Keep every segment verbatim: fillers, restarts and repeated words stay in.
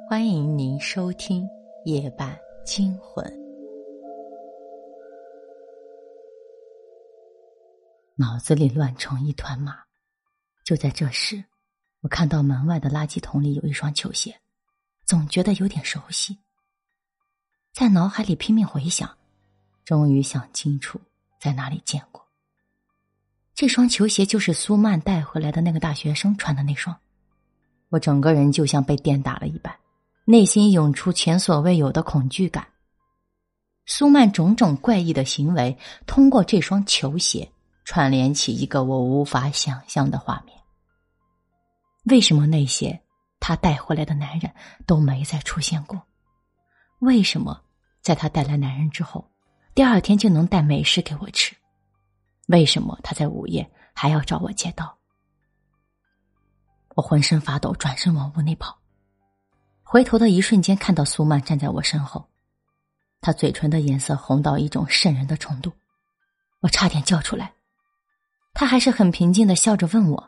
欢迎您收听夜半惊魂。脑子里乱成一团麻。就在这时，我看到门外的垃圾桶里有一双球鞋，总觉得有点熟悉。在脑海里拼命回想，终于想清楚在哪里见过。这双球鞋就是苏曼带回来的那个大学生穿的那双。我整个人就像被电打了一般，内心涌出前所未有的恐惧感。苏曼种种怪异的行为，通过这双球鞋串联起一个我无法想象的画面。为什么那些他带回来的男人都没再出现过？为什么在他带来男人之后，第二天就能带美食给我吃？为什么他在午夜还要找我借刀？我浑身发抖，转身往屋内跑。回头的一瞬间，看到苏曼站在我身后，她嘴唇的颜色红到一种瘆人的程度，我差点叫出来。她还是很平静地笑着问我：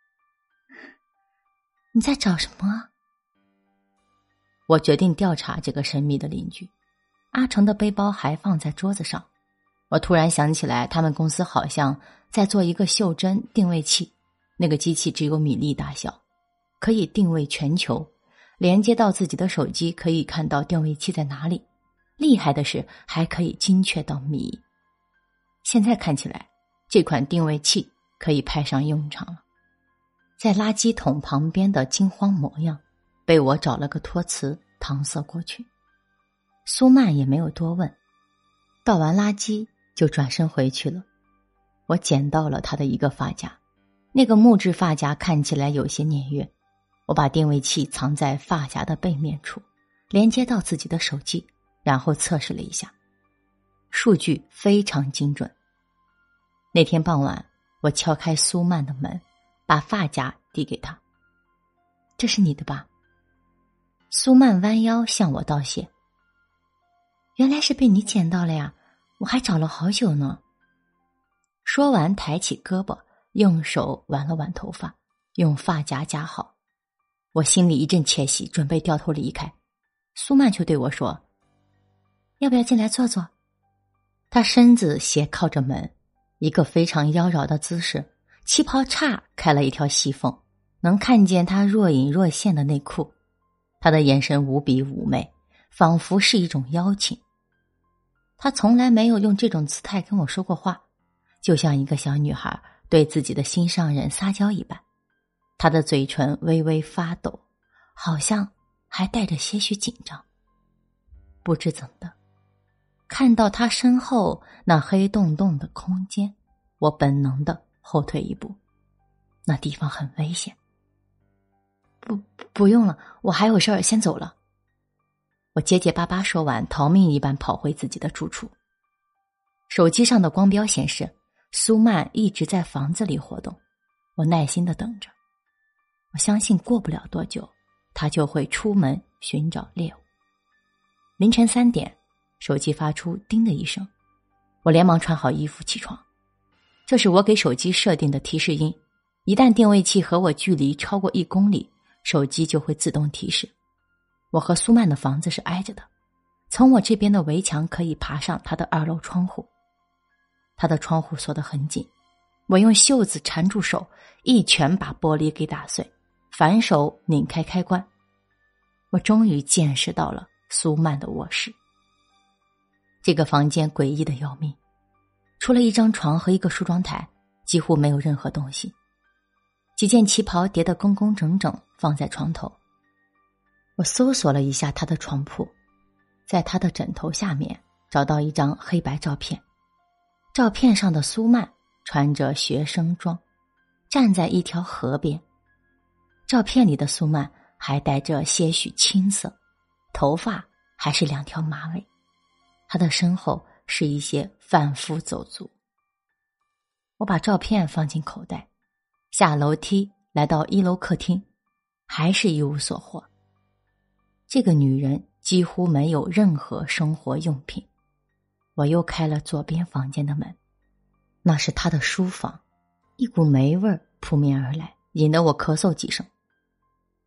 你在找什么？我决定调查这个神秘的邻居。阿成的背包还放在桌子上，我突然想起来，他们公司好像在做一个袖珍定位器，那个机器只有米粒大小，可以定位全球，连接到自己的手机，可以看到定位器在哪里。厉害的是，还可以精确到米。现在看起来，这款定位器可以派上用场了。在垃圾桶旁边的惊慌模样，被我找了个托词搪塞过去。苏曼也没有多问，倒完垃圾就转身回去了。我捡到了他的一个发夹，那个木质发夹看起来有些年月。我把定位器藏在发夹的背面处，连接到自己的手机，然后测试了一下，数据非常精准。那天傍晚，我敲开苏曼的门，把发夹递给他。这是你的吧？苏曼弯腰向我道谢。原来是被你捡到了呀，我还找了好久呢。说完抬起胳膊，用手挽了挽头发，用发夹夹好。我心里一阵窃喜，准备掉头离开。苏曼却对我说：要不要进来坐坐？他身子斜靠着门，一个非常妖娆的姿势，旗袍叉开了一条细缝，能看见他若隐若现的内裤。他的眼神无比妩媚，仿佛是一种邀请。他从来没有用这种姿态跟我说过话，就像一个小女孩对自己的心上人撒娇一般。他的嘴唇微微发抖，好像还带着些许紧张。不知怎的，看到他身后那黑洞洞的空间，我本能的后退一步，那地方很危险。不，不用了，我还有事儿，先走了。我结结巴巴说完，逃命一般跑回自己的住处。手机上的光标显示，苏曼一直在房子里活动。我耐心地等着，我相信过不了多久，他就会出门寻找猎物。凌晨三点，手机发出叮的一声，我连忙穿好衣服起床。这是我给手机设定的提示音，一旦定位器和我距离超过一公里，手机就会自动提示。我和苏曼的房子是挨着的，从我这边的围墙可以爬上他的二楼窗户。他的窗户锁得很紧，我用袖子缠住手，一拳把玻璃给打碎，反手拧开开关。我终于见识到了苏曼的卧室。这个房间诡异的要命，除了一张床和一个梳妆台，几乎没有任何东西。几件旗袍叠得工工整整放在床头。我搜索了一下他的床铺，在他的枕头下面找到一张黑白照片。照片上的苏曼穿着学生装，站在一条河边。照片里的苏曼还带着些许青涩，头发还是两条马尾。他的身后是一些贩夫走卒。我把照片放进口袋，下楼梯来到一楼客厅，还是一无所获。这个女人几乎没有任何生活用品。我又开了左边房间的门，那是她的书房，一股霉味儿扑面而来，引得我咳嗽几声。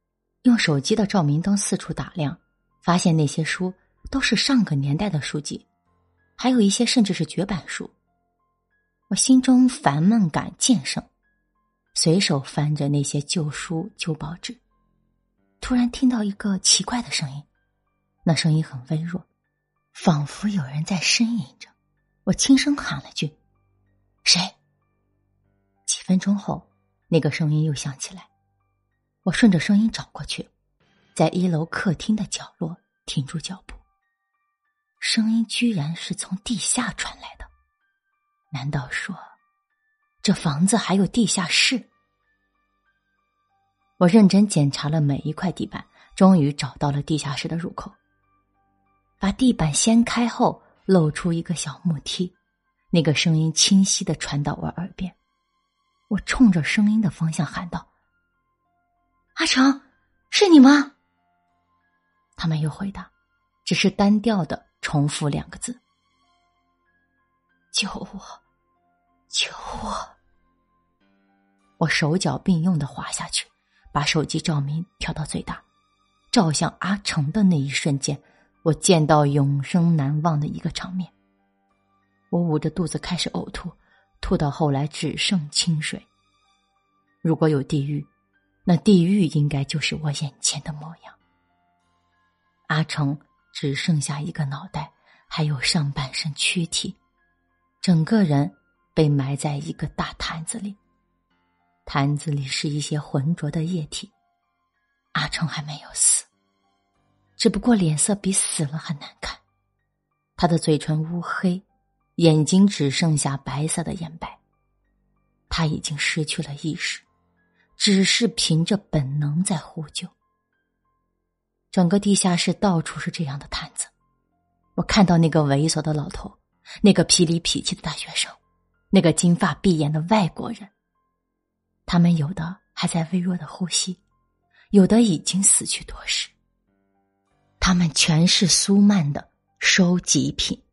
用手机的照明灯四处打量，发现那些书都是上个年代的书籍，还有一些甚至是绝版书。我心中烦闷感渐盛，随手翻着那些旧书旧报纸，突然听到一个奇怪的声音，那声音很微弱，仿佛有人在呻吟着。我轻声喊了句：谁？几分钟后，那个声音又响起来，我顺着声音找过去，在一楼客厅的角落停住脚步。声音居然是从地下传来的，难道说这房子还有地下室？我认真检查了每一块地板，终于找到了地下室的入口。把地板掀开后，露出一个小木梯，那个声音清晰地传到我耳边。我冲着声音的方向喊道：阿成，是你吗？他没有回答，只是单调地重复两个字：救我，救我。我手脚并用地滑下去，把手机照明调到最大，照向阿成的那一瞬间，我见到永生难忘的一个场面。我捂着肚子开始呕吐，吐到后来只剩清水。如果有地狱，那地狱应该就是我眼前的模样。阿成只剩下一个脑袋，还有上半身躯体，整个人被埋在一个大坛子里，坛子里是一些浑浊的液体。阿成还没有死，只不过脸色比死了还难看，他的嘴唇乌黑，眼睛只剩下白色的眼白。他已经失去了意识，只是凭着本能在呼救。整个地下室到处是这样的坛子，我看到那个猥琐的老头，那个痞里痞气的大学生，那个金发碧眼的外国人，他们有的还在微弱的呼吸，有的已经死去多时。他们全是苏曼的收集品。